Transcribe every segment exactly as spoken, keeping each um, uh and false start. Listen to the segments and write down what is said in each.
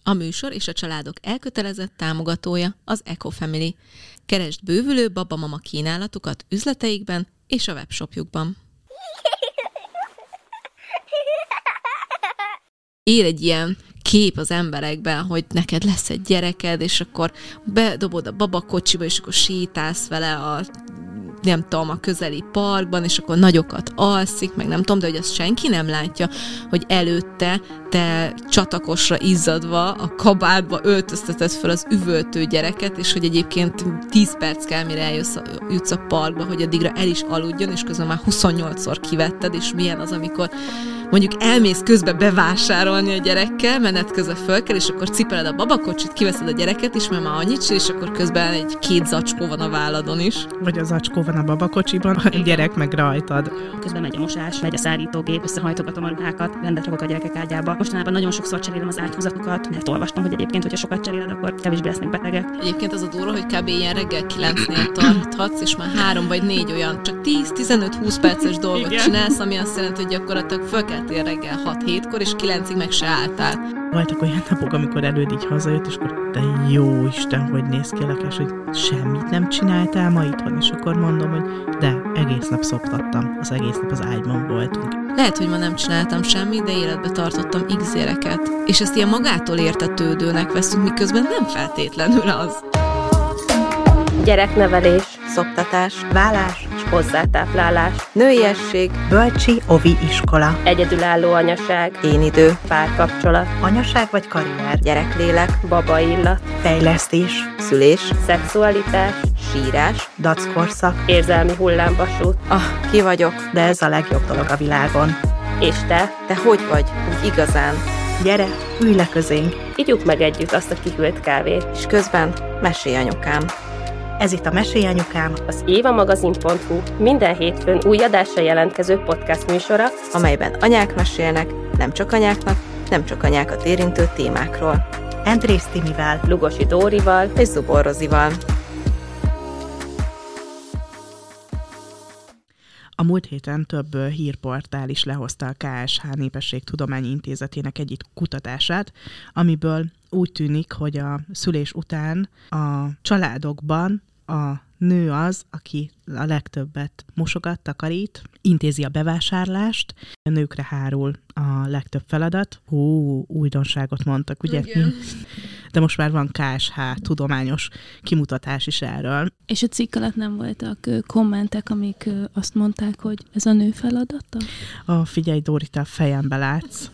A műsor és a családok elkötelezett támogatója az Ecofamily. Keresd bővülő babamama kínálatukat üzleteikben és a webshopjukban. Ér egy ilyen kép az emberekben, hogy neked lesz egy gyereked, és akkor bedobod a babakocsiba, és akkor sétálsz vele a nem tudom, a közeli parkban, és akkor nagyokat alszik, meg nem tudom, de hogy azt senki nem látja, hogy előtte te csatakosra izzadva a kabátba öltözteted fel az üvöltő gyereket, és hogy egyébként tíz perc kell, mire eljössz a, jutsz a parkba, hogy addigra el is aludjon, és közben már huszonnyolcszor kivetted, és milyen az, amikor mondjuk elmész közbe bevásárolni a gyerekkel, menet közben föl kell, és akkor cipeled a babakocsit, kiveszed a gyereket is, mert már annyit se, és akkor közben egy két zacskó van a válladon is. Vagy a zacskó van a babakocsiban, a gyerek meg rajtad. Közben megy a mosás, megy a szárítógép, összehajtogatom a ruhákat, rendet rakok a gyerekek ágyába. Mostanában nagyon sokszor cserélem az ágyhúzatokat, mert olvastam, hogy egyébként, hogyha sokat cseréled, akkor kevésbé lesznek betegek. Egyébként az a durva, hogy kb. Ilyen reggel kilencnél tarthatsz, és már három vagy négy olyan csak tíz-tizenöt-húsz perces dolgot Igen. csinálsz, ami azt jelenti, hogy gyakorlatilag fölkeltél reggel hat-hétkor, és kilencig meg se álltál. Voltak olyan napok, amikor előd így hazajött, és akkor de jó Isten, hogy néz ki a lakás, hogy semmit nem csináltál ma itthon, és akkor mondom, hogy de egész nap szoptattam, az egész nap az ágyban voltunk. Lehet, hogy ma nem csináltam semmit, de életbe tartottam x gyereket, és ezt ilyen magától értetődőnek veszünk, miközben nem feltétlenül az. Gyereknevelés, szoptatás, vállás és hozzátáplálás, nőiesség, bölcsi ovi iskola, egyedülálló anyaság, én idő, párkapcsolat, anyaság vagy karrier, gyereklélek, babaillat, fejlesztés, szülés, szexualitás, sírás, dackorszak, érzelmi hullámvasút. Ah, ki vagyok, de ez a legjobb dolog a világon. És te? Te hogy vagy? Úgy igazán? Gyere, ülj le közénk. Igyuk meg együtt azt a kihűlt kávét. És közben mesélj anyukám. Ez itt a Mesélj Anyukám, az évamagazin pont hu minden hétfőn új adásra jelentkező podcast műsora, amelyben anyák mesélnek, nem csak anyáknak, nem csak anyákat érintő témákról. Andrész Timivel, Lugosi Dórival és Zubor Rozival. A múlt héten több hírportál is lehozta a ká es há Népességtudományi Intézetének egyik kutatását, amiből úgy tűnik, hogy a szülés után a családokban a nő az, aki a legtöbbet mosogat, takarít, intézi a bevásárlást, a nőkre hárul a legtöbb feladat. Hú, újdonságot mondtak, ugye? Igen. De most már van ká es há tudományos kimutatás is erről. És a cikk alatt nem voltak kommentek, amik azt mondták, hogy ez a nő feladata? A figyelj, Dóri, te a fejembe látsz.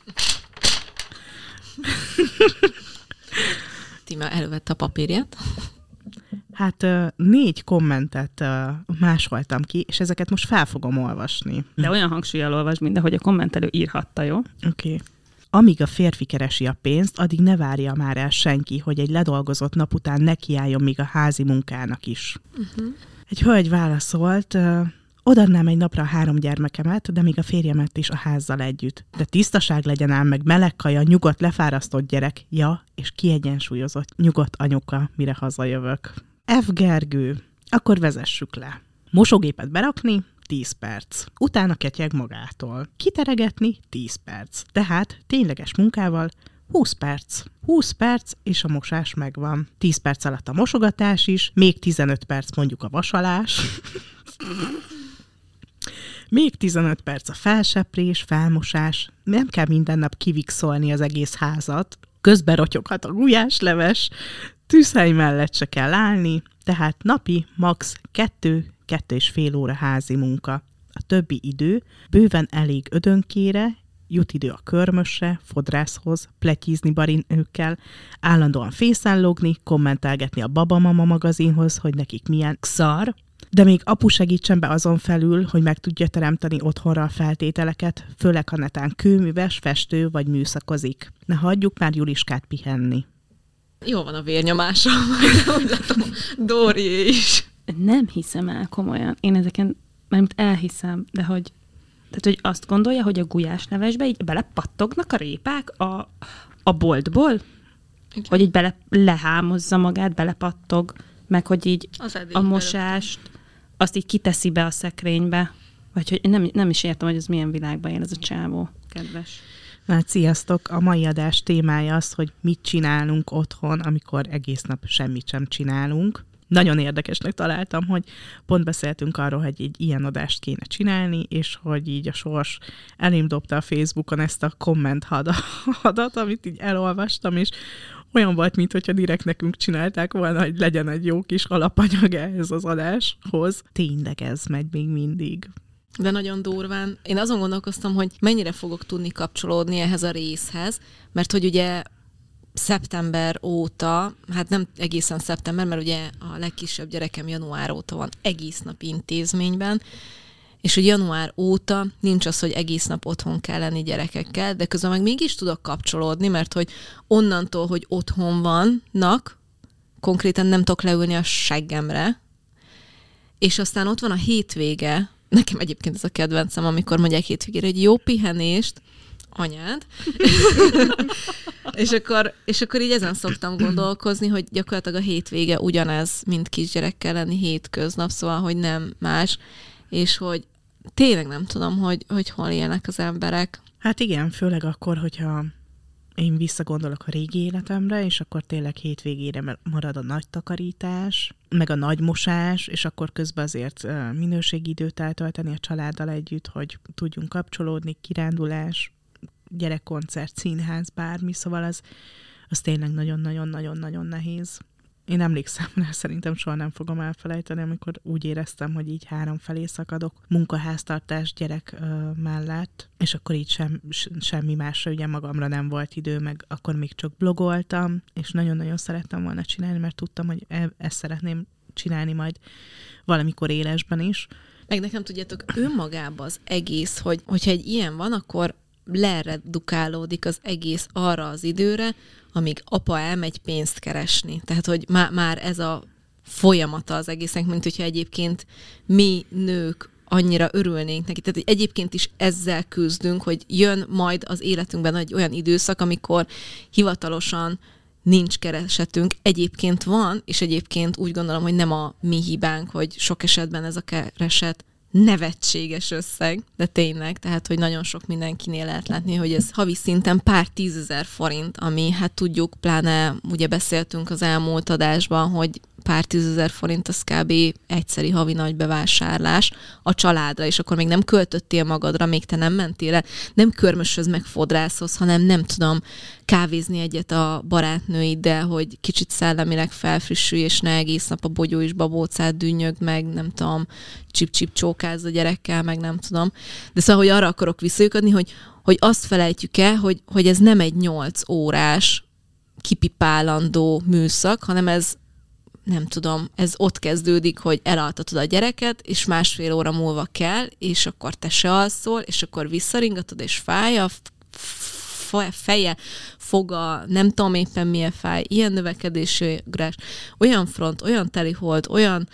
Tima elővette a papírját. Hát négy kommentet másoltam ki, és ezeket most fel fogom olvasni. De olyan hangsúllyal olvasd, mint ahogy a kommentelő írhatta, jó? Oké. Okay. Amíg a férfi keresi a pénzt, addig ne várja már el senki, hogy egy ledolgozott nap után nekiálljon még a házi munkának is. Uh-huh. Egy hölgy válaszolt, odaadnám egy napra a három gyermekemet, de még a férjemet is a házzal együtt. De tisztaság legyen ám, meg meleg kaja, nyugodt, lefárasztott gyerek, ja, és kiegyensúlyozott, nyugodt anyuka, mire hazajövök. F. Gergő, akkor vezessük le. Mosógépet berakni, tíz perc. Utána ketyeg magától. Kiteregetni, tíz perc. Tehát tényleges munkával húsz perc. húsz perc, és a mosás megvan. tíz perc alatt a mosogatás is, még tizenöt perc mondjuk a vasalás. Még tizenöt perc a felseprés, felmosás. Nem kell minden nap kivixolni az egész házat. Közben rotyoghat a gulyásleves, tűzhely mellett se kell állni, tehát napi max. kettő, kettő és fél óra házi munka. A többi idő bőven elég ödönkére, jut idő a körmösre, fodrászhoz, pletyizni barinőkkel, állandóan fészellogni, kommentálgetni a Babamama magazinhoz, hogy nekik milyen szar, de még apu segítsen be azon felül, hogy meg tudja teremteni otthonra a feltételeket, főleg ha netán kőműves, festő vagy műszakozik. Ne hagyjuk már Juliskát pihenni. Jó van a vérnyomása, úgy látom, Dóri is. Nem hiszem el komolyan. Én ezeken, mert elhiszem, de hogy, tehát, hogy azt gondolja, hogy a gulyáslevesbe így belepattognak a répák a, a boltból? Igen. Hogy így bele lehámozza magát, belepattog, meg hogy így a mosást, azt így kiteszi be a szekrénybe. Vagy hogy nem, nem is értem, hogy ez milyen világban él ez a csávó, kedves. Hát sziasztok! A mai adás témája az, hogy mit csinálunk otthon, amikor egész nap semmit sem csinálunk. Nagyon érdekesnek találtam, hogy pont beszéltünk arról, hogy egy ilyen adást kéne csinálni, és hogy így a sors elém dobta a Facebookon ezt a komment hadat, amit így elolvastam, és olyan volt, mintha direkt nekünk csinálták volna, hogy legyen egy jó kis alapanyag ehhez az adáshoz. Tényleg ez megy még mindig. De nagyon durván. Én azon gondolkoztam, hogy mennyire fogok tudni kapcsolódni ehhez a részhez, mert hogy ugye szeptember óta, hát nem egészen szeptember, mert ugye a legkisebb gyerekem január óta van egész nap intézményben, és hogy január óta nincs az, hogy egész nap otthon kell lenni gyerekekkel, de közben meg mégis tudok kapcsolódni, mert hogy onnantól, hogy otthon vannak, konkrétan nem tudok leülni a seggemre, és aztán ott van a hétvége, nekem egyébként ez a kedvencem, amikor mondják hétvégére, hogy jó pihenést, anyád. és, akkor, és akkor így ezen szoktam gondolkozni, hogy gyakorlatilag a hétvége ugyanez, mint kisgyerekkel lenni hétköznap, szóval, hogy nem más, és hogy tényleg nem tudom, hogy, hogy hol élnek az emberek. Hát igen, főleg akkor, hogyha én visszagondolok a régi életemre, és akkor tényleg hétvégére marad a nagy takarítás, meg a nagy mosás, és akkor közben azért minőségi időt eltölteni a családdal együtt, hogy tudjunk kapcsolódni, kirándulás, gyerekkoncert, színház, bármi, szóval az, az tényleg nagyon-nagyon-nagyon-nagyon nehéz. Én emlékszem rá, szerintem soha nem fogom elfelejteni, amikor úgy éreztem, hogy így három felé szakadok munkaháztartás gyerek ö, mellett, és akkor így sem, semmi másra ugye magamra nem volt idő, meg akkor még csak blogoltam, és nagyon-nagyon szerettem volna csinálni, mert tudtam, hogy e- ezt szeretném csinálni majd valamikor élesben is. Meg nekem tudjátok, önmagában az egész, hogy, hogyha egy ilyen van, akkor leredukálódik az egész arra az időre, amíg apa elmegy pénzt keresni. Tehát, hogy má, már ez a folyamata az egésznek, mint hogyha egyébként mi nők annyira örülnénk neki. Tehát, hogy egyébként is ezzel küzdünk, hogy jön majd az életünkben egy olyan időszak, amikor hivatalosan nincs keresetünk. Egyébként van, és egyébként úgy gondolom, hogy nem a mi hibánk, hogy sok esetben ez a kereset nevetséges összeg, de tényleg, tehát, hogy nagyon sok mindenkinél lehet látni, hogy ez havi szinten pár tízezer forint, ami hát tudjuk, pláne ugye beszéltünk az elmúlt adásban, hogy pár tízezer forint az kb. Egyszeri havi nagy bevásárlás a családra, és akkor még nem költöttél magadra, még te nem mentél el, nem körmöshöz meg fodrászhoz, hanem nem tudom, kávézni egyet a barátnőiddel, hogy kicsit szellemileg felfrissülj, és ne egész nap a bogyó és babócát dünnyögd meg, nem tudom, csip-csip csókázz a gyerekkel, meg nem tudom. De szóval, hogy arra akarok visszajukadni, hogy, hogy azt felejtjük el, hogy, hogy ez nem egy nyolc órás kipipálandó műszak, hanem ez nem tudom, ez ott kezdődik, hogy elaltatod a gyereket, és másfél óra múlva kell, és akkor te se alszol, és akkor visszaringatod, és fáj a feje, foga, nem tudom éppen milyen fáj, ilyen növekedési ugrás, olyan front, olyan telihold, olyan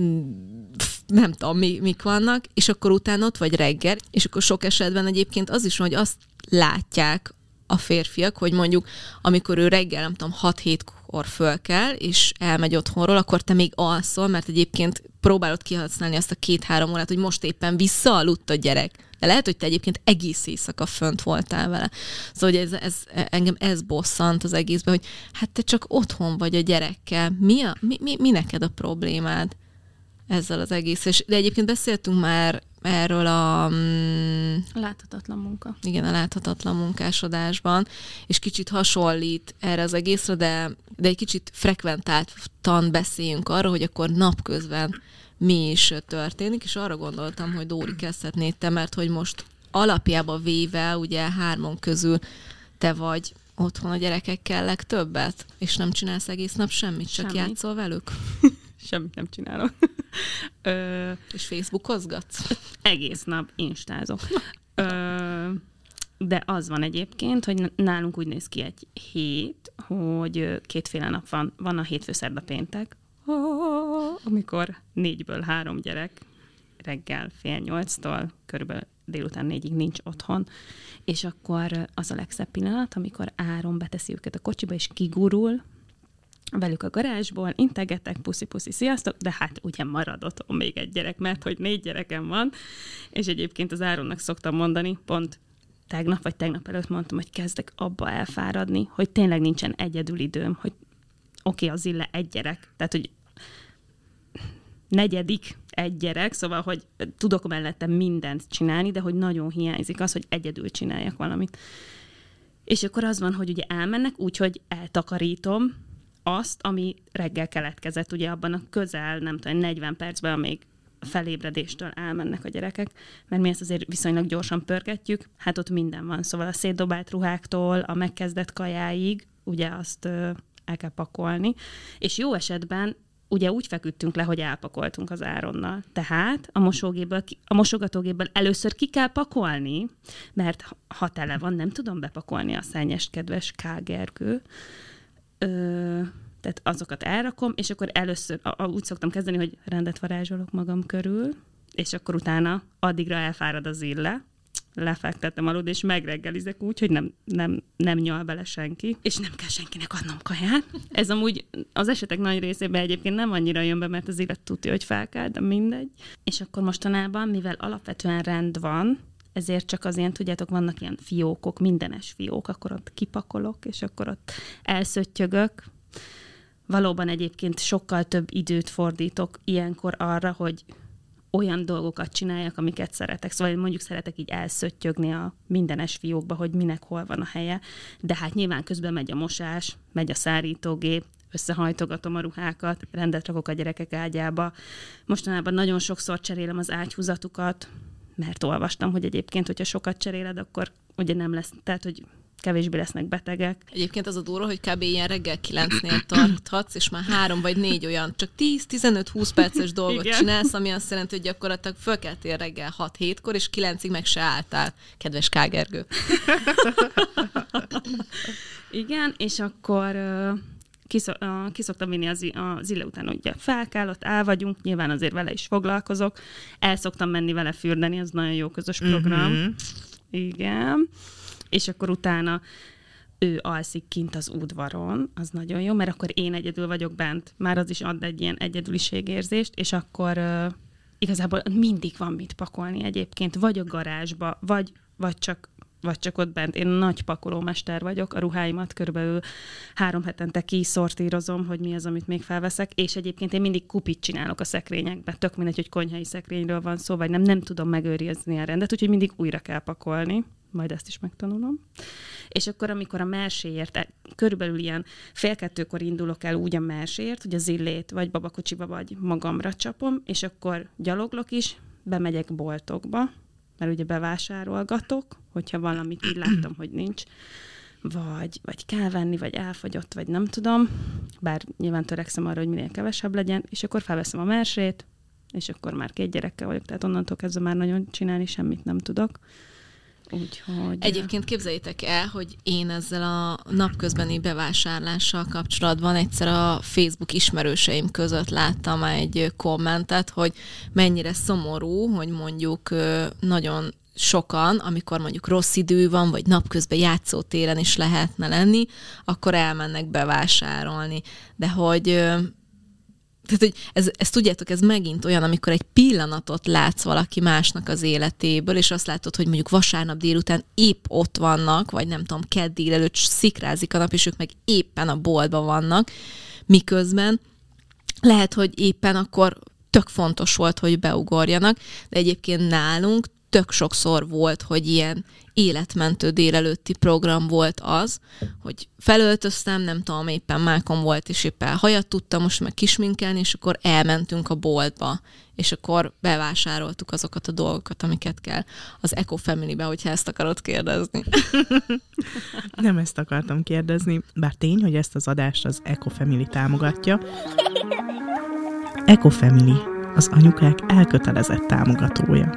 nem tudom, mi, mik vannak, és akkor utána ott vagy reggel, és akkor sok esetben egyébként az is van, hogy azt látják a férfiak, hogy mondjuk, amikor ő reggel, nem tudom, hat-hétkor föl kell, és elmegy otthonról, akkor te még alszol, mert egyébként próbálod kihasználni azt a két-három órát, hogy most éppen visszaaludt a gyerek. De lehet, hogy te egyébként egész éjszaka fönt voltál vele. Szóval hogy ez, ez, engem ez bosszant az egészben, hogy hát te csak otthon vagy a gyerekkel. Mi, a, mi, mi, mi neked a problémád ezzel az egész? És, de egyébként beszéltünk már erről a... Mm, láthatatlan munka. Igen, a láthatatlan munkásodásban, és kicsit hasonlít erre az egészre, de, de egy kicsit frekventáltan beszéljünk arra, hogy akkor napközben mi is történik, és arra gondoltam, hogy Dóri, kezdhetnéd te, mert hogy most alapjába véve, ugye hármon közül te vagy otthon a gyerekekkel legtöbbet, és nem csinálsz egész nap semmit, csak Semmit. játszol velük? Semmit nem csinálok. Ö, és Facebookozgatsz? egész nap instázok. Ö, de az van egyébként, hogy nálunk úgy néz ki egy hét, hogy kétféle nap van. Van a hétfő, szerda, péntek, amikor négyből három gyerek reggel fél nyolctól körülbelül délután négyig nincs otthon, és akkor az a legszebb pillanat, amikor Áron beteszi őket a kocsiba, és kigurul velük a garázsból, integetek, puszi-puszi, sziasztok, de hát ugye marad otthon még egy gyerek, mert hogy négy gyerekem van, és egyébként az Áronnak szoktam mondani, pont tegnap vagy tegnap előtt mondtam, hogy kezdek abba elfáradni, hogy tényleg nincsen egyedül időm, hogy oké, okay, az ille egy gyerek, tehát, hogy negyedik egy gyerek, szóval, hogy tudok mellette mindent csinálni, de hogy nagyon hiányzik az, hogy egyedül csináljak valamit. És akkor az van, hogy ugye elmennek úgy, hogy eltakarítom azt, ami reggel keletkezett, ugye abban a közel, nem tudom, negyven percben, amíg felébredéstől elmennek a gyerekek, mert mi ezt azért viszonylag gyorsan pörgetjük, hát ott minden van. Szóval a szétdobált ruháktól a megkezdett kajáig, ugye azt ö, el kell pakolni, és jó esetben ugye úgy feküdtünk le, hogy elpakoltunk az Áronnal. Tehát a mosógéből, a mosogatógéből először ki kell pakolni, mert ha tele van, nem tudom bepakolni a szennyes kedves K. Gergő. Ö, tehát azokat elrakom, és akkor először a, a, úgy szoktam kezdeni, hogy rendet varázsolok magam körül, és akkor utána addigra elfárad az ille, lefektettem alud, és megreggelizek úgy, hogy nem, nem, nem nyal bele senki, és nem kell senkinek adnom kaját. Ez amúgy az esetek nagy részében egyébként nem annyira jön be, mert az illet tudja, hogy fel kell, de mindegy. És akkor mostanában, mivel alapvetően rend van, ezért csak az ilyen, tudjátok, vannak ilyen fiókok, mindenes fiók, akkor ott kipakolok, és akkor ott elszöttyögök. Valóban egyébként sokkal több időt fordítok ilyenkor arra, hogy olyan dolgokat csináljak, amiket szeretek. Szóval mondjuk szeretek így elszöttyögni a mindenes fiókba, hogy minek hol van a helye, de hát nyilván közben megy a mosás, megy a szárítógép, összehajtogatom a ruhákat, rendet rakok a gyerekek ágyába. Mostanában nagyon sokszor cserélem az ágyhúzatukat, mert olvastam, hogy egyébként, hogyha sokat cseréled, akkor ugye nem lesz, tehát, hogy kevésbé lesznek betegek. Egyébként az a durva, hogy kb. Ilyen reggel kilencnél tarthatsz, és már három vagy négy olyan csak tíz, tizenöt, húsz perces dolgot igen. csinálsz, ami azt jelenti, hogy gyakorlatilag fölkeltél reggel hat-hétkor, és kilencig meg se álltál, kedves K. Gergő. Igen, és akkor uh, kiszok, uh, kiszoktam vinni az, az ille után, ugye fel kell, ott el vagyunk, nyilván azért vele is foglalkozok. El szoktam menni vele fürdeni, az nagyon jó közös program. Mm-hmm. Igen. És akkor utána ő alszik kint az udvaron, az nagyon jó, mert akkor én egyedül vagyok bent. Már az is ad egy ilyen egyedüliségérzést, és akkor uh, igazából mindig van mit pakolni egyébként, vagy a garázsba, vagy, vagy, csak, vagy csak ott bent. Én nagy pakolómester vagyok, a ruháimat körülbelül három hetente kiszortírozom, hogy mi az, amit még felveszek, és egyébként én mindig kupit csinálok a szekrényekbe, tök mindegy, hogy konyhai szekrényről van szó, vagy nem, nem tudom megőrizni a rendet, úgyhogy mindig újra kell pakolni. Majd ezt is megtanulom. És akkor, amikor a merséért, körülbelül ilyen fél kettőkor indulok el úgy a merséért, hogy az illét vagy babakocsiba, vagy magamra csapom, és akkor gyaloglok is, bemegyek boltokba, mert ugye bevásárolgatok, hogyha valamit így láttam, hogy nincs, vagy, vagy kell venni, vagy elfogyott, vagy nem tudom, bár nyilván törekszem arra, hogy minél kevesebb legyen, és akkor felveszem a mersét, és akkor már két gyerekkel vagyok, tehát onnantól kezdve már nagyon csinálni semmit nem tudok. Úgyhogy... Egyébként képzeljétek el, hogy én ezzel a napközbeni bevásárlással kapcsolatban egyszer a Facebook ismerőseim között láttam egy kommentet, hogy mennyire szomorú, hogy mondjuk nagyon sokan, amikor mondjuk rossz idő van, vagy napközben játszótéren is lehetne lenni, akkor elmennek bevásárolni. De hogy... Tehát, hogy ez, ez tudjátok, ez megint olyan, amikor egy pillanatot látsz valaki másnak az életéből, és azt látod, hogy mondjuk vasárnap délután épp ott vannak, vagy nem tudom, kedd délelőtt szikrázik a nap, és ők meg éppen a boltban vannak, miközben lehet, hogy éppen akkor tök fontos volt, hogy beugorjanak, de egyébként nálunk tök sokszor volt, hogy ilyen életmentő délelőtti program volt az, hogy felöltöztem, nem tudom, éppen mákon volt, és éppen hajat tudtam most meg kisminkelni, és akkor elmentünk a boltba, és akkor bevásároltuk azokat a dolgokat, amiket kell az Eco Family-be, hogyha ezt akarod kérdezni. Nem ezt akartam kérdezni, bár tény, hogy ezt az adást az Eco Family támogatja. Eco Family, az anyukák elkötelezett támogatója.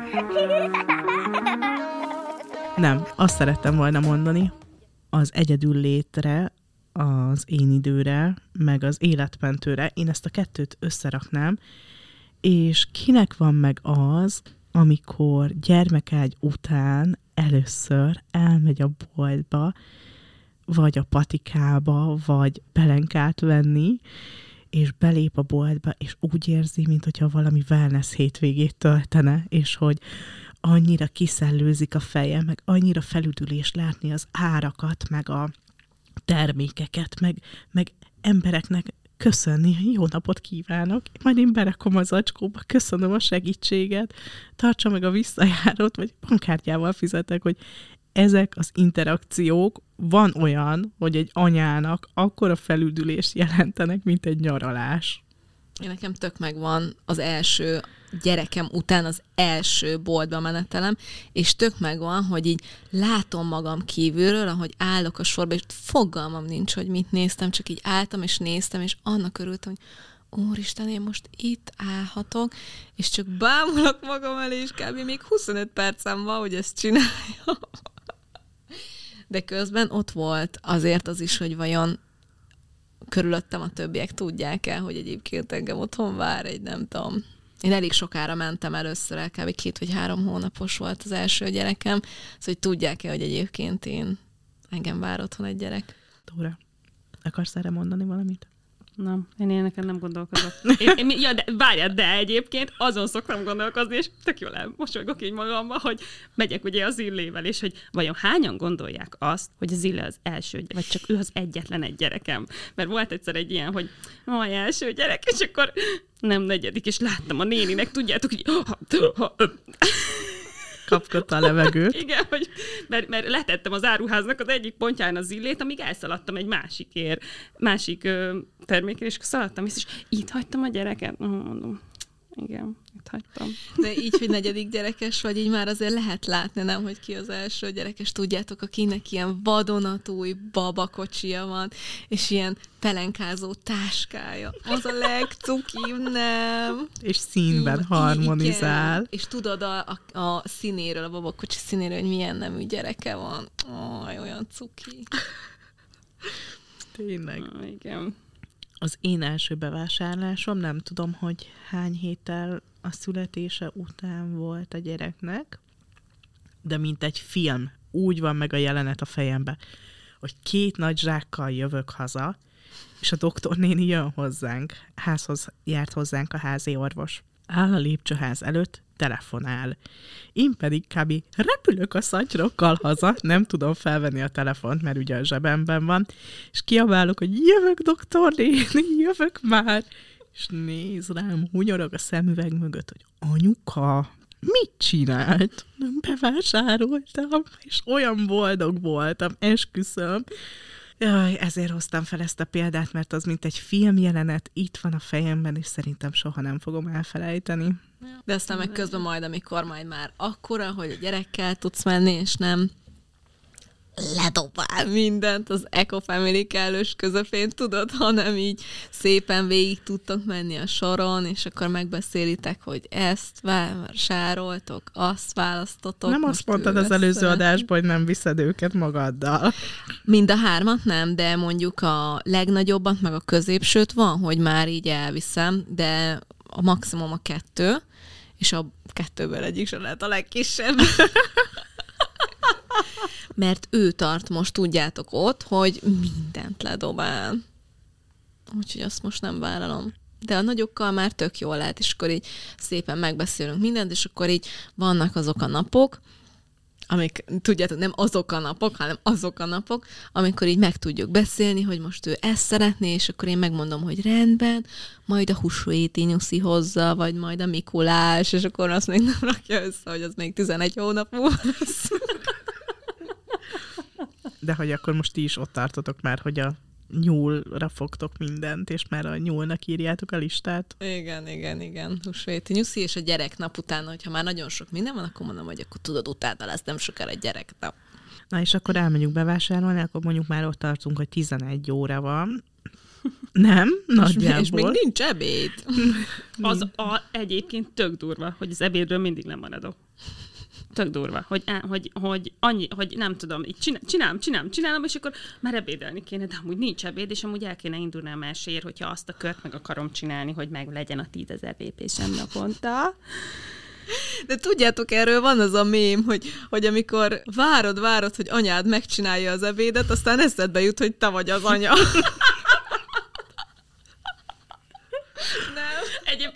Nem, azt szerettem volna mondani, az egyedül létre, az én időre, meg az életmentőre, én ezt a kettőt összeraknám, és kinek van meg az, amikor gyermekágy után először elmegy a boltba, vagy a patikába, vagy pelenkát venni, és belép a boltba, és úgy érzi, mintha valami wellness hétvégét töltene, és hogy annyira kiszellőzik a feje, meg annyira felüdülés látni az árakat, meg a termékeket, meg, meg embereknek köszönni, jó napot kívánok, majd én berakom az zacskóba, köszönöm a segítséget, tartsa meg a visszajárót, vagy bankkártyával fizetek, hogy ezek az interakciók, van olyan, hogy egy anyának akkora felüdülést jelentenek, mint egy nyaralás. Én nekem tök megvan az első gyerekem után az első boltba menetelem, és tök megvan, hogy így látom magam kívülről, ahogy állok a sorba, és fogalmam nincs, hogy mit néztem, csak így álltam, és néztem, és annak örültem, hogy úristen, én most itt állhatok, és csak bámulok magam elé, és kb. Még huszonöt percem van, hogy ezt csináljam. De közben ott volt azért az is, hogy vajon körülöttem a többiek tudják-e, hogy egyébként engem otthon vár egy, nem tudom. Én elég sokára mentem először el, kb. két vagy három hónapos volt az első gyerekem, szóval hogy tudják-e, hogy egyébként én engem vár otthon egy gyerek. Tóra, akarsz erre mondani valamit? Nem, én ilyeneken nem gondolkozok. Én, én, ja, de várjad, de egyébként azon szoktam gondolkozni, és tök jól elmosolygok így magamba, hogy megyek ugye az Illével, és hogy vajon hányan gondolják azt, hogy az Ille az első, vagy csak ő az egyetlen egy gyerekem. Mert volt egyszer egy ilyen, hogy majd első gyerek, és akkor nem negyedik, és láttam a néninek, tudjátok, hogy kapkodta a levegőt. Igen, hogy, mert, mert letettem az áruháznak az egyik pontján az Illét, amíg elszaladtam egy másikért, másik ö, termékért, és szaladtam vissza, és itt hagytam a gyereket. Mondom, igen, itt hagytam. De így, hogy negyedik gyerekes vagy, így már azért lehet látni, nem, hogy ki az első gyerekes. Tudjátok, akinek ilyen vadonatúj babakocsia van, és ilyen pelenkázó táskája. Az a legcukibb, nem? És színben Igen, harmonizál. és tudod a, a, a színéről, a babakocsi színéről, hogy milyen nemű gyereke van. Aj, olyan cuki. Tényleg. Ah, igen. Az én első bevásárlásom, nem tudom, hogy hány héttel a születése után volt a gyereknek, de mint egy film, úgy van meg a jelenet a fejembe, hogy két nagy zsákkal jövök haza, és a doktornéni jön hozzánk, házhoz járt hozzánk a házi orvos. Áll a lépcsőház előtt, telefonál. Én pedig kb. Repülök a szatyrokkal haza, nem tudom felvenni a telefont, mert ugye a zsebemben van, és kiabálok, hogy jövök, doktornéni, jövök már. És néz rám, hunyorog a szemüveg mögött, hogy anyuka, mit csinált? Nem bevásároltam, és olyan boldog voltam, esküszöm. Jaj, ezért hoztam fel ezt a példát, mert az mint egy filmjelenet, itt van a fejemben, és szerintem soha nem fogom elfelejteni. De aztán meg közben majd, amikor majd már akkora, hogy a gyerekkel tudsz menni, és nem ledobál mindent az Eco Family kellős közepén, tudod, hanem így szépen végig tudtok menni a soron, és akkor megbeszélitek, hogy ezt vásároltok, azt választotok. Nem azt mondtad az előző adásban, hogy nem viszed őket magaddal. Mind a hármat nem, de mondjuk a legnagyobbat, meg a középsőt van, hogy már így elviszem, de a maximum a kettő, és a kettőből egyik sem lehet a legkisebb. Mert ő tart most, tudjátok ott, hogy mindent ledobál. Úgyhogy azt most nem vállalom. De a nagyokkal már tök jól lehet, és akkor így szépen megbeszélünk mindent, és akkor így vannak azok a napok, amik, tudjátok, nem azok a napok, hanem azok a napok, amikor így meg tudjuk beszélni, hogy most ő ezt szeretné, és akkor én megmondom, hogy rendben, majd a húsvéti nyuszi hozza, vagy majd a Mikulás, és akkor azt még nem rakja össze, hogy az még tizenegy hónap múlva lesz. De hogy akkor most ti is ott tartotok már, hogy a nyúlra fogtok mindent, és már a nyúlnak írjátok a listát. Igen, igen, igen. Húsvéti nyuszi, és a gyereknap után, hogyha már nagyon sok minden van, akkor mondom, hogy akkor tudod, utána lesz nem sokára egy gyereknap. Na és akkor elmegyünk bevásárolni, akkor mondjuk már ott tartunk, hogy tizenegy óra van. Nem? Nagyjából. És még nincs ebéd. Az a, egyébként tök durva, hogy az ebédről mindig lemaradok. Tök durva, hogy, hogy, hogy, annyi, hogy nem tudom, így csinál, csinálom, csinálom, csinálom, és akkor már ebédelni kéne, de amúgy nincs ebéd, és amúgy el kéne indulni a meséért, hogyha azt a kört meg akarom csinálni, hogy meg legyen a tízezer lépésem naponta. De tudjátok, erről van az a mém, hogy, hogy amikor várod, várod, hogy anyád megcsinálja az ebédet, aztán eszedbe jut, hogy te vagy az anya. Nem. Egyébként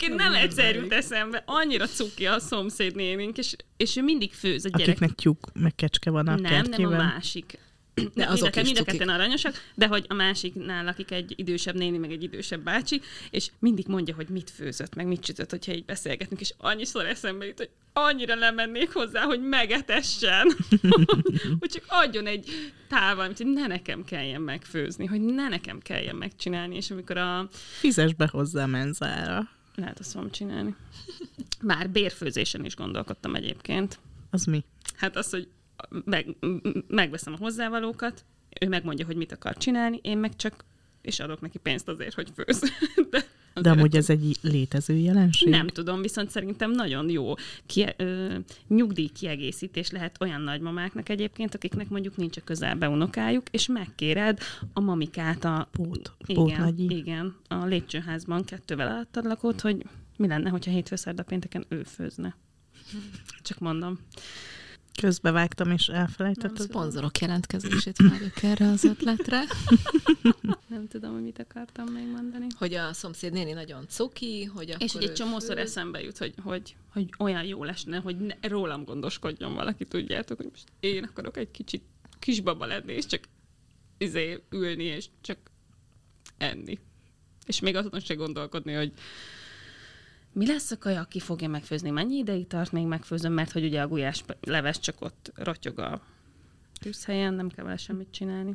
egyébként nem egyszer jut eszembe. Annyira cuki a szomszéd nénink, és, és ő mindig főz a gyerek. Akiknek tyúk meg kecske van a Nem, kertjében. nem a másik. De azok mind, mind a ketten aranyosak, de hogy a másiknál lakik egy idősebb néni, meg egy idősebb bácsi, és mindig mondja, hogy mit főzött, meg mit sütött, hogyha így beszélgetünk, és annyiszor eszembe jut, hogy annyira lemennék hozzá, hogy megetessen, hogy csak adjon egy tával, hogy ne nekem kelljen megfőzni, hogy ne nekem kelljen megcsinálni, és amikor a... Fizes be hozzá a menzára. Lehet azt fogom csinálni. Már bérfőzésen is gondolkodtam egyébként. Az mi? Hát az, hogy meg, megveszem a hozzávalókat, ő megmondja, hogy mit akar csinálni, én meg csak, és adok neki pénzt azért, hogy főz. De, De amúgy ez egy létező jelenség? Nem tudom, viszont szerintem nagyon jó ki, ö, nyugdíj kiegészítés lehet olyan nagymamáknak egyébként, akiknek mondjuk nincs a közelbe unokájuk, és megkéred a mamikát a... Pót, igen, pótnagyi. igen, a lépcsőházban kettővel alattad lakott, hogy mi lenne, hogyha hétfő szerda pénteken ő főzne. Csak mondom. Közbevágtam, és elfelejtettem. Szponzorok jelentkezését várjuk erre az ötletre. Nem tudom, hogy mit akartam még mondani. Hogy a szomszéd néni nagyon cuki, hogy akkor és hogy egy csomószor fő... eszembe jut, hogy, hogy, hogy olyan jó lesne, hogy ne, rólam gondoskodjon valaki, tudjátok, hogy most én akarok egy kicsit kisbaba lenni, és csak izé ülni, és csak enni. És még azon se gondolkodni, hogy mi lesz a kaja, ki fogja megfőzni, mennyi ideig tart, még megfőzöm, mert hogy ugye a gulyás leves csak ott rottyog a tűzhelyen, nem kell vele semmit csinálni.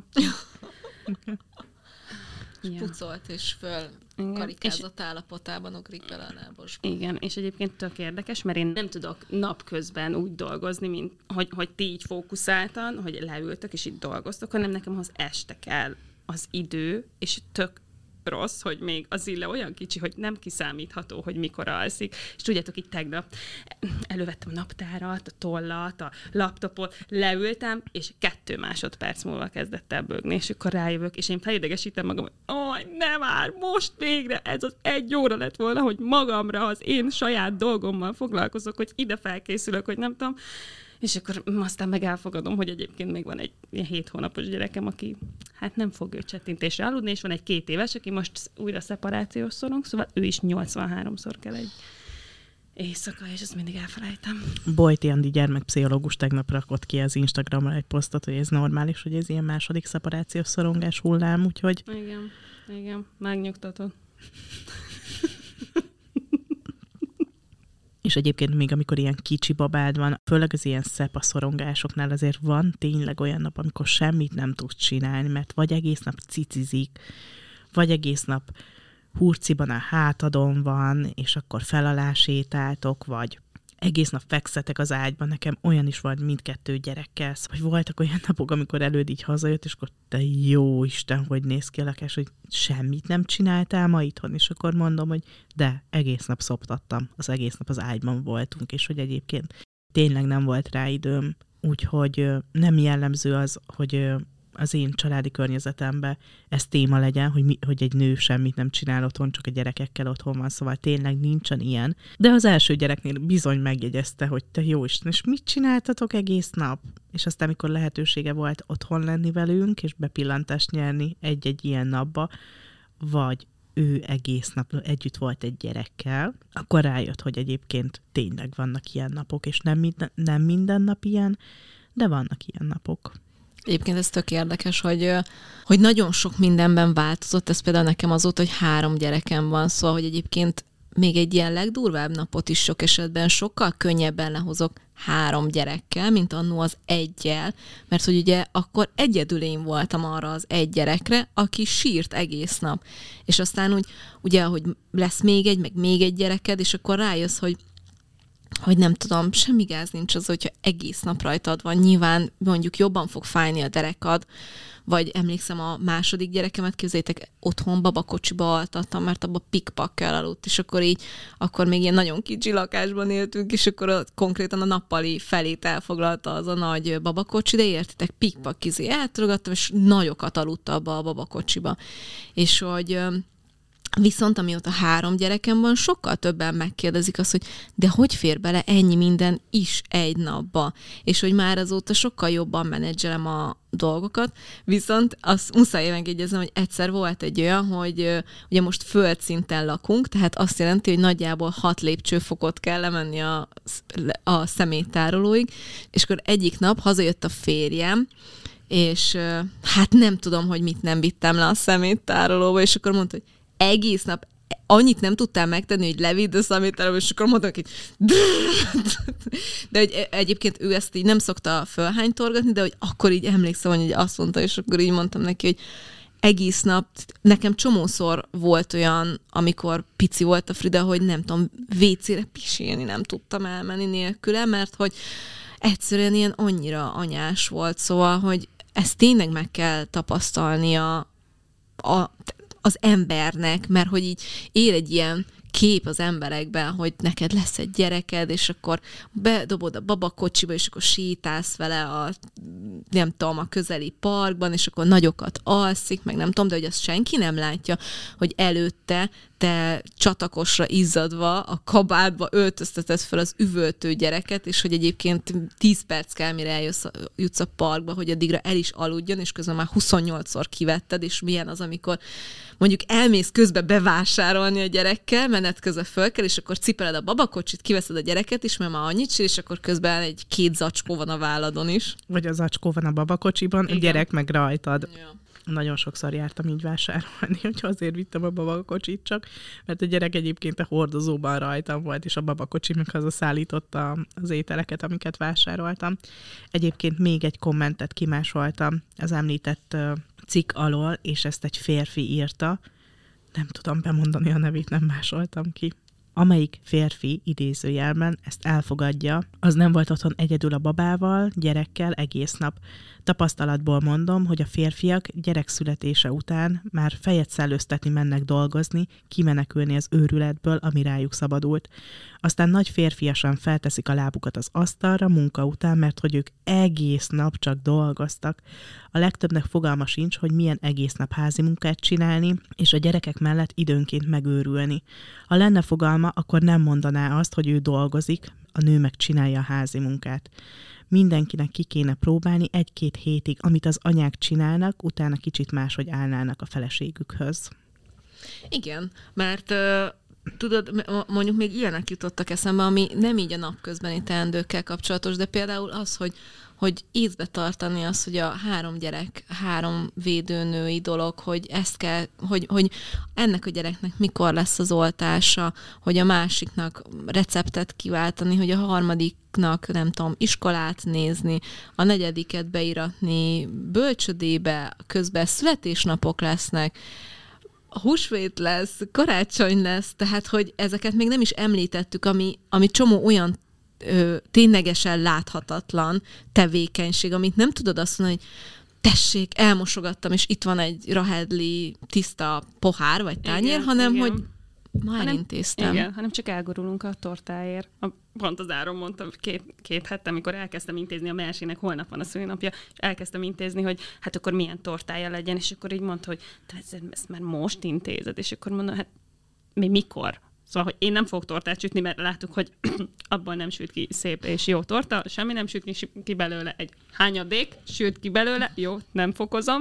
Ja. Pucolt és föl igen. Karikázott és állapotában ugrik bele a lábosba. Igen, és egyébként tök érdekes, mert én nem tudok napközben úgy dolgozni, mint hogy, hogy ti így fókuszáltan, hogy leültök és itt dolgoztok, hanem nekem az este kell az idő, és tök rossz, hogy még az Ille olyan kicsi, hogy nem kiszámítható, hogy mikor alszik. És tudjátok, itt tegnap elővettem a naptárat, a tollat, a laptopot, leültem, és kettő másodperc múlva kezdett el bögni, és akkor rájövök, és én felidegesítem magam, hogy aj, nem már, most végre ez az egy óra lett volna, hogy magamra, az én saját dolgommal foglalkozok, hogy ide felkészülök, hogy nem tudom. És akkor aztán meg elfogadom, hogy egyébként még van egy ilyen hét hónapos gyerekem, aki hát nem fog ő csettintésre aludni, és van egy két éves, aki most újra szeparációs szorong, szóval ő is nyolcvanháromszor kell egy éjszaka, és ezt mindig elfelejtem. Bojti Andi gyermekpszichológus tegnap rakott ki az Instagramra egy posztot, hogy ez normális, hogy ez ilyen második szeparációs szorongás hullám, úgyhogy... Igen, igen, megnyugtatod. És egyébként még amikor ilyen kicsi babád van, főleg az ilyen szepa szorongásoknál azért van tényleg olyan nap, amikor semmit nem tudsz csinálni, mert vagy egész nap cicizik, vagy egész nap hurciban a hátadon van, és akkor felalá sétáltok, vagy egész nap fekszetek az ágyban. Nekem olyan is volt mindkettő gyerekkel, hogy voltak olyan napok, amikor előd így hazajött, és akkor te jó Isten, hogy néz ki a lakás, hogy semmit nem csináltál ma itthon, és akkor mondom, hogy de, egész nap szoptattam, az egész nap az ágyban voltunk, és hogy egyébként tényleg nem volt rá időm, úgyhogy nem jellemző az, hogy az én családi környezetemben ez téma legyen, hogy, mi, hogy egy nő semmit nem csinál otthon, csak a gyerekekkel otthon van, szóval tényleg nincsen ilyen. De az első gyereknél bizony megjegyezte, hogy te jó Isten, és mit csináltatok egész nap? És aztán, amikor lehetősége volt otthon lenni velünk, és bepillantást nyerni egy-egy ilyen napba, vagy ő egész nap együtt volt egy gyerekkel, akkor rájött, hogy egyébként tényleg vannak ilyen napok, és nem minden, nem minden nap ilyen, de vannak ilyen napok. Egyébként ez tök érdekes, hogy, hogy nagyon sok mindenben változott, ez például nekem azóta, hogy három gyerekem van, szóval, hogy egyébként még egy ilyen legdurvább napot is sok esetben sokkal könnyebben lehozok három gyerekkel, mint annó az egyel, mert hogy ugye akkor egyedül én voltam arra az egy gyerekre, aki sírt egész nap. És aztán úgy, ugye, hogy lesz még egy, meg még egy gyereked, és akkor rájössz, hogy hogy nem tudom, semmi gáz nincs az, hogyha egész nap rajtad van. Nyilván mondjuk jobban fog fájni a derekad, vagy emlékszem a második gyerekemet, képzeljétek, otthon babakocsiba altattam, mert abba pikpakkel aludt, és akkor így, akkor még ilyen nagyon kicsi lakásban éltünk, és akkor a, konkrétan a nappali felét elfoglalta az a nagy babakocsi, de értitek, pikpak kizé eltrogattam, és nagyokat aludt abba a babakocsiba. És hogy Viszont amióta három gyerekem van, sokkal többen megkérdezik azt, hogy de hogy fér bele ennyi minden is egy napba, és hogy már azóta sokkal jobban menedzselem a dolgokat, viszont azt muszáj megegyeznem, hogy egyszer volt egy olyan, hogy uh, ugye most földszinten lakunk, tehát azt jelenti, hogy nagyjából hat lépcsőfokot kell lemenni a, a személytárolóig, és akkor egyik nap hazajött a férjem, és uh, hát nem tudom, hogy mit nem vittem le a személytárolóba, és akkor mondta, hogy egész nap annyit nem tudtál megtenni, hogy levidd a személytárolóba, és akkor mondtam, hogy de hogy egyébként ő ezt így nem szokta fölhánytorgatni, de hogy akkor így emlékszem, hogy azt mondta, és akkor így mondtam neki, hogy egész nap, nekem csomószor volt olyan, amikor pici volt a Frida, hogy nem tudom, vécére pisilni nem tudtam elmenni nélküle, mert hogy egyszerűen ilyen annyira anyás volt, szóval, hogy ezt tényleg meg kell tapasztalnia a az embernek, mert hogy így él egy ilyen kép az emberekben, hogy neked lesz egy gyereked, és akkor bedobod a babakocsiba, és akkor sétálsz vele a, nem tudom, a közeli parkban, és akkor nagyokat alszik, meg nem tudom, de hogy azt senki nem látja, hogy előtte te csatakosra izzadva a kabátba öltözteted fel az üvöltő gyereket, és hogy egyébként tíz perc kell, mire eljössz, jutsz a parkba, hogy addigra el is aludjon, és közben már huszonnyolcszor kivetted, és milyen az, amikor mondjuk elmész közbe bevásárolni a gyerekkel, menet közben föl kell, és akkor cipeled a babakocsit, kiveszed a gyereket is, mert már annyit sír, és akkor közben egy két zacskó van a válladon is. Vagy a zacskó van a babakocsiban, igen. A gyerek meg rajtad. Ja. Nagyon sokszor jártam így vásárolni, hogy azért vittem a babakocsit csak, mert a gyerek egyébként a hordozóban rajtam volt, és a babakocsi meg hazaszállította az ételeket, amiket vásároltam. Egyébként még egy kommentet kimásoltam az említett cikk alól, és ezt egy férfi írta. Nem tudom bemondani a nevét, nem másoltam ki. Amelyik férfi idézőjelben ezt elfogadja, az nem volt otthon egyedül a babával, gyerekkel egész nap. Tapasztalatból mondom, hogy a férfiak gyerek születése után már fejet szellőztetni mennek dolgozni, kimenekülni az őrületből, ami rájuk szabadult. Aztán nagy férfiasan felteszik a lábukat az asztalra munka után, mert hogy ők egész nap csak dolgoztak. A legtöbbnek fogalma sincs, hogy milyen egész nap házi munkát csinálni, és a gyerekek mellett időnként megőrülni. Ha lenne fogalma, akkor nem mondaná azt, hogy ő dolgozik, a nő meg csinálja a házi munkát. Mindenkinek ki kéne próbálni egy-két hétig, amit az anyák csinálnak, utána kicsit máshogy állnának a feleségükhöz. Igen, mert uh, tudod, mondjuk még ilyenek jutottak eszembe, ami nem így a napközbeni teendőkkel kapcsolatos, de például az, hogy hogy észbe tartani az, hogy a három gyerek, három védőnői dolog, hogy ezt kell, hogy, hogy ennek a gyereknek mikor lesz az oltása, hogy a másiknak receptet kiváltani, hogy a harmadiknak, nem tudom, iskolát nézni, a negyediket beiratni bölcsödébe, közben születésnapok lesznek, húsvét lesz, karácsony lesz, tehát, hogy ezeket még nem is említettük, ami, ami csomó olyan Ö, ténylegesen láthatatlan tevékenység, amit nem tudod azt mondani, hogy tessék, elmosogattam, és itt van egy rahedli tiszta pohár, vagy tányér, igen, hanem, igen. hogy már hanem, intéztem. Igen, hanem csak elgurulunk a tortáért. A, pont az Áron mondta két, két hete, amikor elkezdtem intézni a Mersének, holnap van a szülinapja, és elkezdtem intézni, hogy hát akkor milyen tortája legyen, és akkor így mondta, hogy te ezt, ezt már most intézed, és akkor mondom, hát mi mikor? Szóval, hogy én nem fogok tortát sütni, mert láttuk, hogy abból nem sült ki szép és jó torta, semmi nem sült ki belőle, egy hányadék sült ki belőle, jó, nem fokozom,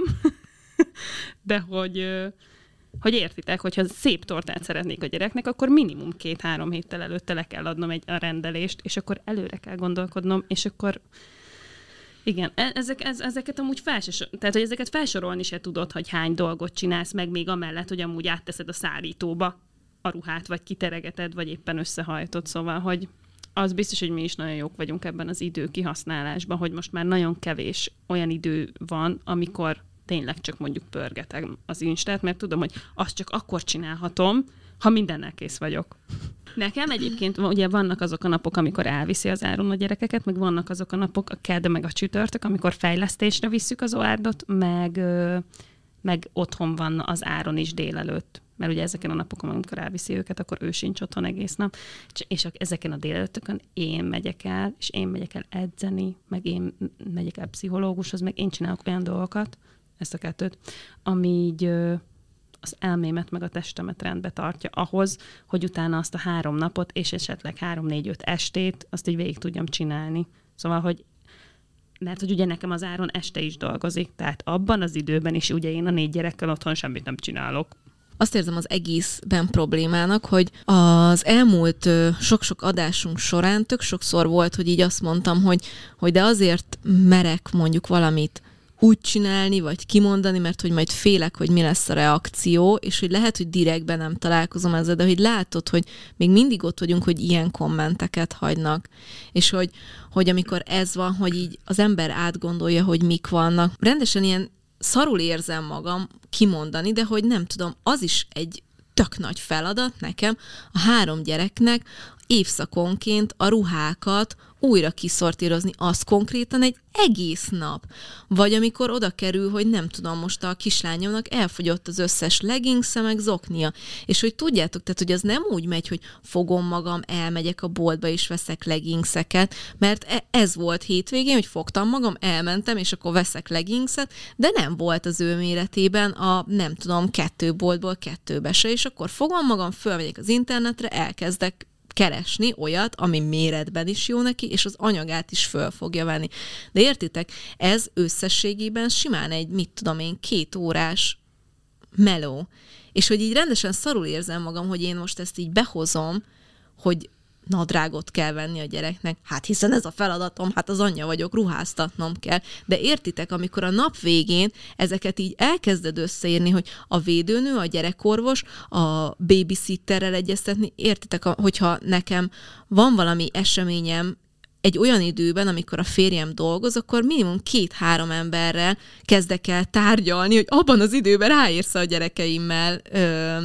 de hogy, hogy értitek, hogyha szép tortát szeretnék a gyereknek, akkor minimum két-három héttel előtte le kell adnom egy a rendelést, és akkor előre kell gondolkodnom, és akkor igen, ezek, ez, ezeket amúgy felsor, tehát, hogy ezeket felsorolni se tudod, hogy hány dolgot csinálsz meg még amellett, hogy amúgy átteszed a szállítóba a ruhát, vagy kiteregeted, vagy éppen összehajtod, szóval, hogy az biztos, hogy mi is nagyon jók vagyunk ebben az idő kihasználásban, hogy most már nagyon kevés olyan idő van, amikor tényleg csak mondjuk pörgetem az Instát, mert tudom, hogy azt csak akkor csinálhatom, ha mindennel kész vagyok. Nekem egyébként ugye vannak azok a napok, amikor elviszi az Áron a gyerekeket, meg vannak azok a napok, a kedd meg a csütörtök, amikor fejlesztésre visszük az Oárdot, meg, meg otthon van az Áron is délelőtt. Mert ugye ezeken a napokon, amikor elviszi őket, akkor ő sincs otthon egész nap. És ezeken a délelőttökön én megyek el, és én megyek el edzeni, meg én megyek el pszichológushoz, meg én csinálok olyan dolgokat, ezt a kettőt, ami így, az elmémet meg a testemet rendbe tartja ahhoz, hogy utána azt a három napot, és esetleg három-négy-öt estét, azt így végig tudjam csinálni. Szóval, hogy mert hogy ugye nekem az Áron este is dolgozik, tehát abban az időben is ugye én a négy gyerekkel otthon semmit nem csinálok. Azt érzem az egészben problémának, hogy az elmúlt ö, sok-sok adásunk során tök sokszor volt, hogy így azt mondtam, hogy, hogy de azért merek mondjuk valamit úgy csinálni, vagy kimondani, mert hogy majd félek, hogy mi lesz a reakció, és hogy lehet, hogy direktben nem találkozom ezzel, de hogy látod, hogy még mindig ott vagyunk, hogy ilyen kommenteket hagynak. És hogy, hogy amikor ez van, hogy így az ember átgondolja, hogy mik vannak, rendesen ilyen szarul érzem magam kimondani, de hogy nem tudom, az is egy tök nagy feladat nekem a három gyereknek évszakonként a ruhákat újra kiszortírozni, az konkrétan egy egész nap. Vagy amikor oda kerül, hogy nem tudom, most a kislányomnak elfogyott az összes leggingsze, meg zoknia. És hogy tudjátok, tehát hogy az nem úgy megy, hogy fogom magam, elmegyek a boltba és veszek leggingszeket, mert ez volt hétvégén, hogy fogtam magam, elmentem, és akkor veszek leggingszet, de nem volt az ő méretében a, nem tudom, kettő boltból kettőbe se, és akkor fogom magam, fölmegyek az internetre, elkezdek keresni olyat, ami méretben is jó neki, és az anyagát is föl fogja venni. De értitek, ez összességében simán egy, mit tudom én, két órás meló. És hogy így rendesen szarul érzem magam, hogy én most ezt így behozom, hogy nadrágot kell venni a gyereknek. Hát hiszen ez a feladatom, hát az anyja vagyok, ruháztatnom kell. De értitek, amikor a nap végén ezeket így elkezded összeírni, hogy a védőnő, a gyerekorvos, a babysitterrel egyeztetni, értitek, hogyha nekem van valami eseményem egy olyan időben, amikor a férjem dolgoz, akkor minimum két-három emberrel kezdek el tárgyalni, hogy abban az időben ráérsz a gyerekeimmel ö,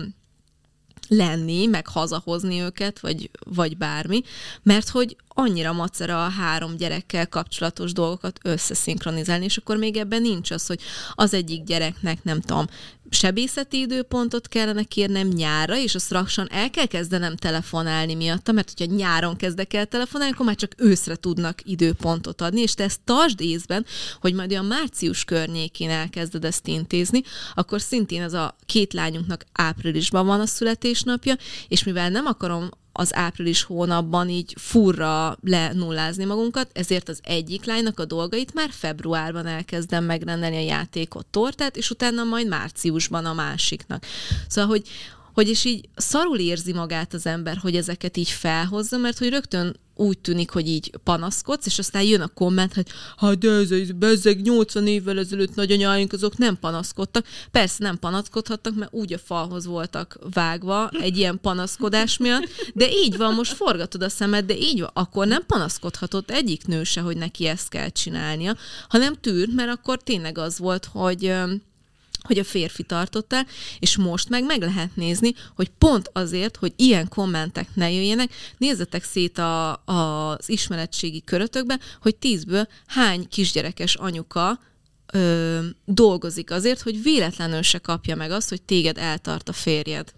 lenni, meg hazahozni őket, vagy, vagy bármi, mert hogy annyira macera a három gyerekkel kapcsolatos dolgokat összeszinkronizálni, és akkor még ebben nincs az, hogy az egyik gyereknek, nem tudom, sebészeti időpontot kellene kérnem nyárra, és azt lassan el kell kezdenem telefonálni miatta, mert hogyha nyáron kezdek el telefonálni, akkor már csak őszre tudnak időpontot adni, és te ezt tartsd észben, hogy majd olyan március környékén elkezded ezt intézni, akkor szintén ez a két lányunknak áprilisban van a születésnapja, és mivel nem akarom az április hónapban így furra lenullázni magunkat, ezért az egyik lánynak a dolgait már februárban elkezdem megrendelni, a játékot, tortát, és utána majd márciusban a másiknak. Szóval, hogy, hogy és így szarul érzi magát az ember, hogy ezeket így felhozza, mert hogy rögtön úgy tűnik, hogy így panaszkodsz, és aztán jön a komment, hogy hát de ez, ez bezzeg nyolcvan évvel ezelőtt nagyanyáink azok nem panaszkodtak. Persze nem panaszkodhattak, mert úgy a falhoz voltak vágva egy ilyen panaszkodás miatt, de így van, most forgatod a szemed, de így van, akkor nem panaszkodhatott egyik nő se, hogy neki ezt kell csinálnia, hanem tűrt, mert akkor tényleg az volt, hogy hogy a férfi tartotta, és most meg meg lehet nézni, hogy pont azért, hogy ilyen kommentek ne jöjjenek, nézzetek szét a, a, az ismeretségi körötökbe, hogy tízből hány kisgyerekes anyuka ö, dolgozik azért, hogy véletlenül se kapja meg azt, hogy téged eltart a férjed.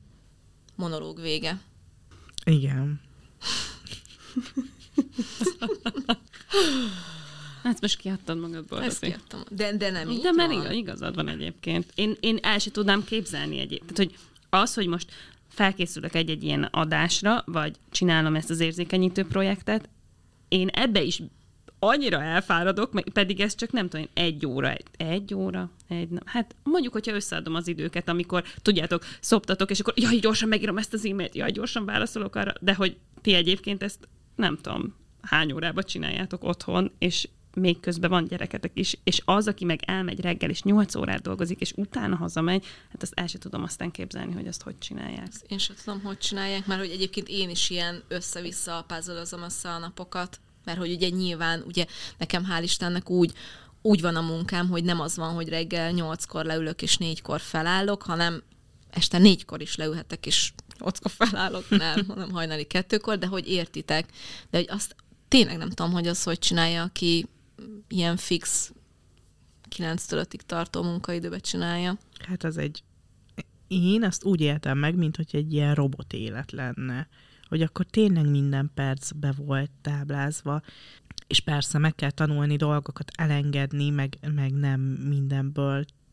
Monológ vége. Igen. Hát most kiadtad magadból. Ezt kiadtam. De, de nem így De mert van. igazad van egyébként. Én, én el sem tudnám képzelni egyébként. Tehát, hogy az, hogy most felkészülök egy-egy ilyen adásra, vagy csinálom ezt az érzékenyítő projektet, én ebbe is annyira elfáradok, pedig ez csak nem tudom, egy óra, egy, egy óra, egy nap. Hát mondjuk, hogyha összeadom az időket, amikor, tudjátok, szoptatok, és akkor jaj, gyorsan megírom ezt az e-mailt, jaj, gyorsan válaszolok arra, de hogy ti egyébként ezt nem tudom, hány órába csináljátok otthon, és még közben van gyereketek is, és az, aki meg elmegy reggel, és nyolc órát dolgozik, és utána hazamegy, hát azt el sem tudom aztán képzelni, hogy azt hogy csinálják. Én sem tudom, hogy csinálják, mert hogy egyébként én is ilyen össze-vissza puzzle-ozom össze a napokat, mert hogy ugye nyilván, ugye nekem hál' Istennek úgy, úgy van a munkám, hogy nem az van, hogy reggel nyolckor leülök, és négykor felállok, hanem este négykor is leülhetek, és nyolckor felállok, nem, hanem hajnali kettőkor, de hogy értitek, de hogy azt tényleg nem tudom, hogy az hogy csinálja, aki ilyen fix kilenctől ötig tartó munkaidőbe csinálja. Hát az egy... Én azt úgy éltem meg, mint hogy egy ilyen robot élet lenne. Hogy akkor tényleg minden perc be volt táblázva, és persze meg kell tanulni dolgokat elengedni, meg, meg nem mindenből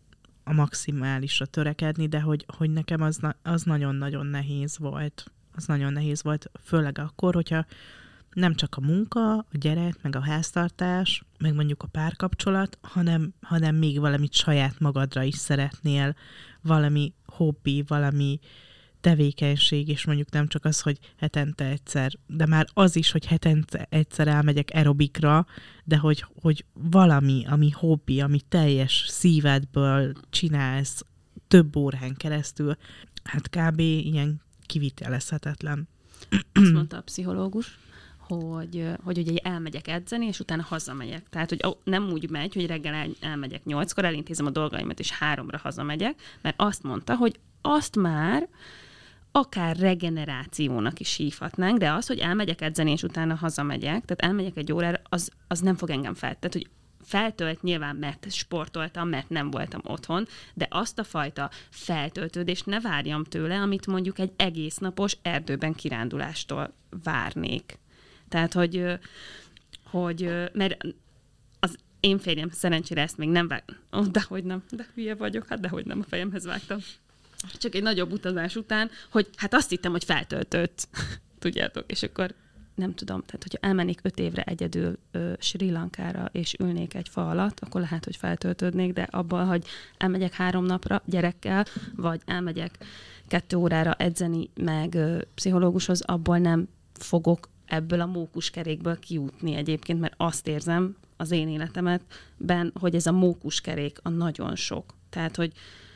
a maximálisra törekedni, de hogy, hogy nekem az, na, az nagyon-nagyon nehéz volt. Az nagyon nehéz volt, főleg akkor, hogyha nem csak a munka, a gyerek, meg a háztartás, meg mondjuk a párkapcsolat, hanem, hanem még valamit saját magadra is szeretnél, valami hobbi, valami tevékenység, és mondjuk nem csak az, hogy hetente egyszer, de már az is, hogy hetente egyszer elmegyek aerobikra, de hogy, hogy valami, ami hobbi, ami teljes szívedből csinálsz több órán keresztül, hát kb. Ilyen kivitelezhetetlen. Azt mondta a pszichológus, hogy, hogy ugye elmegyek edzeni, és utána hazamegyek. Tehát, hogy nem úgy megy, hogy reggel el, elmegyek nyolckor, elintézem a dolgaimat, és háromra hazamegyek, mert azt mondta, hogy azt már akár regenerációnak is hívhatnánk, de az, hogy elmegyek edzeni, és utána hazamegyek, tehát elmegyek egy órára, az, az nem fog engem fel. Tehát, hogy feltölt nyilván, mert sportoltam, mert nem voltam otthon, de azt a fajta feltöltődést ne várjam tőle, amit mondjuk egy egész napos erdőben kirándulástól várnék. Tehát, hogy, hogy mert az én férjem szerencsére ezt még nem vág... Oh, dehogy nem, de hülye vagyok, hát dehogy nem, a fejemhez vágtam. Csak egy nagyobb utazás után, hogy hát azt hittem, hogy feltöltött, tudjátok, és akkor nem tudom, tehát hogyha elmennék öt évre egyedül ö, Sri Lankára, és ülnék egy fa alatt, akkor lehet, hogy feltöltődnék, de abban, hogy elmegyek három napra gyerekkel, vagy elmegyek kettő órára edzeni, meg ö, pszichológushoz, abból nem fogok ebből a mókuskerékből kijutni egyébként, mert azt érzem az én életemben, hogy ez a mókuskerék a nagyon sok. Tehát, hogy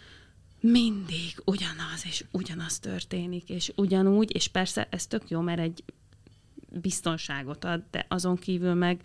mindig ugyanaz, és ugyanaz történik, és ugyanúgy, és persze ez tök jó, mert egy biztonságot ad, de azon kívül meg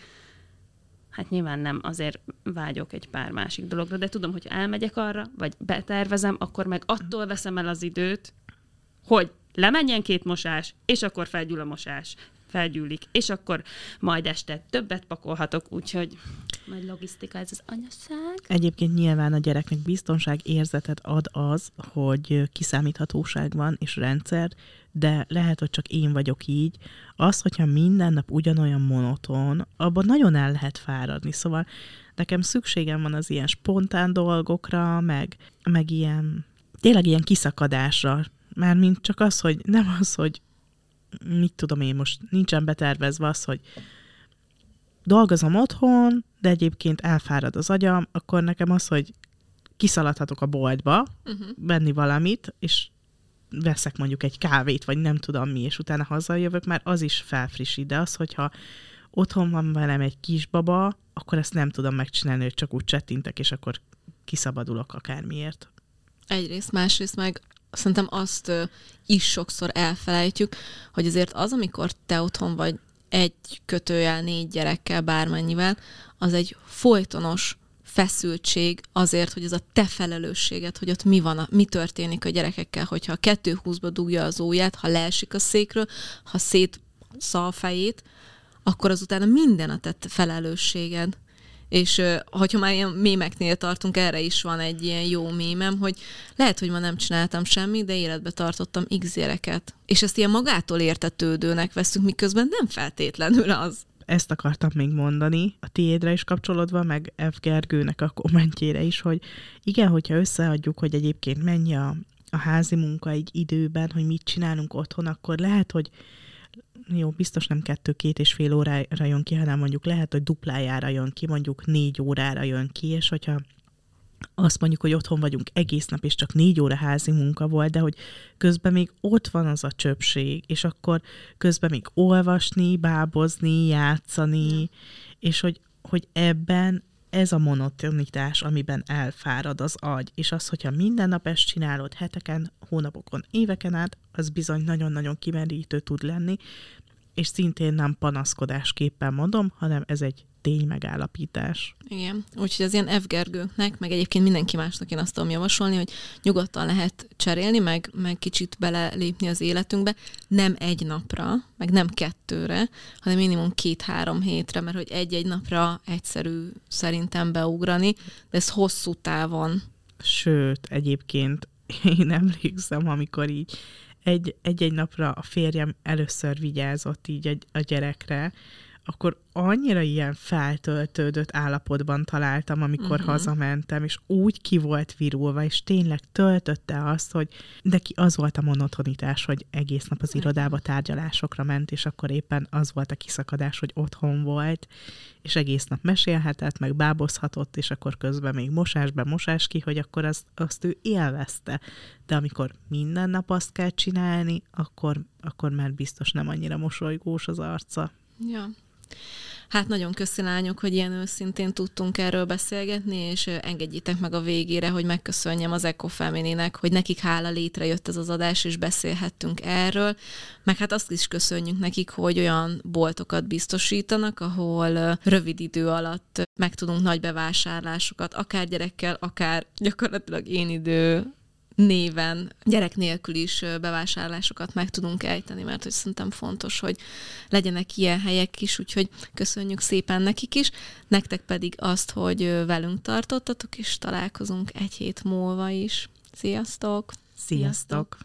hát nyilván nem, azért vágyok egy pár másik dologra, de tudom, hogy elmegyek arra, vagy betervezem, akkor meg attól veszem el az időt, hogy lemenjen két mosás, és akkor felgyűl a mosás, felgyűlik, és akkor majd este többet pakolhatok, úgyhogy majd logisztika, ez az anyaság. Egyébként nyilván a gyereknek biztonságérzetet ad az, hogy kiszámíthatóság van, és rendszer, de lehet, hogy csak én vagyok így. Az, hogyha minden nap ugyanolyan monoton, abban nagyon el lehet fáradni. Szóval nekem szükségem van az ilyen spontán dolgokra, meg, meg ilyen, tényleg ilyen kiszakadásra. Mármint csak az, hogy nem az, hogy mit tudom én, most nincsen betervezve az, hogy dolgozom otthon, de egyébként elfárad az agyam, akkor nekem az, hogy kiszaladhatok a boltba, uh-huh. venni valamit, és veszek mondjuk egy kávét, vagy nem tudom mi, és utána hazajövök, már az is felfrissít. De az, hogyha otthon van velem egy kisbaba, akkor ezt nem tudom megcsinálni, hogy csak úgy csettintek, és akkor kiszabadulok akármiért. Egyrészt, másrészt meg szerintem azt ö, is sokszor elfelejtjük, hogy azért az, amikor te otthon vagy egy kötőjel, négy gyerekkel, bármennyivel, az egy folytonos feszültség azért, hogy ez a te felelősséged, hogy ott mi van, mi történik a gyerekekkel, hogyha a kettő húszba dugja az ujját, ha leesik a székről, ha szétszal a fejét, akkor azután minden a te felelősséged. És hogyha már ilyen mémeknél tartunk, erre is van egy ilyen jó mémem, hogy lehet, hogy ma nem csináltam semmit, de életbe tartottam x gyereket. És ezt ilyen magától értetődőnek veszünk, miközben nem feltétlenül az. Ezt akartam még mondani, a tiédre is kapcsolódva, meg F. Gergőnek a kommentjére is, hogy igen, hogyha összeadjuk, hogy egyébként mennyi a, a házi munka egy időben, hogy mit csinálunk otthon, akkor lehet, hogy jó, biztos nem kettő, két és fél órára jön ki, hanem mondjuk lehet, hogy duplájára jön ki, mondjuk négy órára jön ki, és hogyha azt mondjuk, hogy otthon vagyunk egész nap, és csak négy óra házi munka volt, de hogy közben még ott van az a csöpség, és akkor közben még olvasni, bábozni, játszani, és hogy, hogy ebben ez a monotonitás, amiben elfárad az agy, és az, hogyha minden nap ezt csinálod heteken, hónapokon, éveken át, az bizony nagyon-nagyon kimerítő tud lenni, és szintén nem panaszkodásképpen mondom, hanem ez egy tény megállapítás. Igen, úgyhogy az ilyen F. Gergőknek, meg egyébként mindenki másnak én azt tudom javasolni, hogy nyugodtan lehet cserélni, meg, meg kicsit belelépni az életünkbe, nem egy napra, meg nem kettőre, hanem minimum két-három hétre, mert hogy egy-egy napra egyszerű szerintem beugrani, de ez hosszú távon. Sőt, egyébként én emlékszem, amikor így egy, egy-egy napra a férjem először vigyázott így a, a gyerekre, akkor annyira ilyen feltöltődött állapotban találtam, amikor uh-huh. hazamentem, és úgy ki volt virulva, és tényleg töltötte azt, hogy neki az volt a monotonitás, hogy egész nap az irodába tárgyalásokra ment, és akkor éppen az volt a kiszakadás, hogy otthon volt, és egész nap mesélhetett, meg bábozhatott, és akkor közben még mosás be, mosás ki, hogy akkor azt, azt ő élvezte. De amikor minden nap azt kell csinálni, akkor, akkor már biztos nem annyira mosolygós az arca. Ja. Hát nagyon köszi, lányok, hogy ilyen őszintén tudtunk erről beszélgetni, és engedjétek meg a végére, hogy megköszönjem az Ecofamily-nek, hogy nekik hála létrejött ez az adás, és beszélhettünk erről. Meg hát azt is köszönjük nekik, hogy olyan boltokat biztosítanak, ahol rövid idő alatt meg tudunk nagy bevásárlásokat, akár gyerekkel, akár gyakorlatilag én idő néven, gyerek nélkül is bevásárlásokat meg tudunk ejteni, mert hogy szerintem fontos, hogy legyenek ilyen helyek is, úgyhogy köszönjük szépen nekik is, nektek pedig azt, hogy velünk tartottatok, és találkozunk egy hét múlva is. Sziasztok! Sziasztok!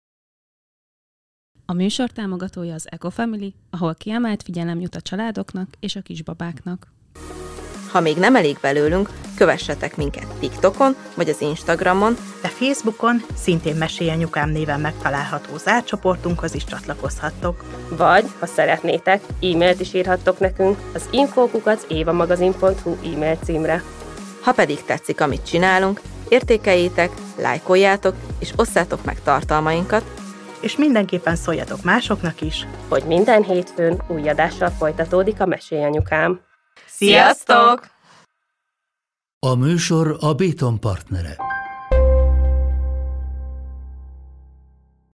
A műsor támogatója az Ecofamily, ahol kiemelt figyelem jut a családoknak és a kisbabáknak. Ha még nem elég belőlünk, kövessetek minket TikTokon vagy az Instagramon, de Facebookon szintén Mesélyanyukám néven megtalálható zárt csoportunkhoz is csatlakozhattok. vagy, ha szeretnétek, e-mailt is írhattok nekünk az info kukac évamagazin pont hu e-mail címre. Ha pedig tetszik, amit csinálunk, értékeljétek, lájkoljátok és osszátok meg tartalmainkat, És mindenképpen szóljatok másoknak is, hogy minden hétfőn új adással folytatódik a Mesélyanyukám. Sziasztok! A műsor a Béton partnere.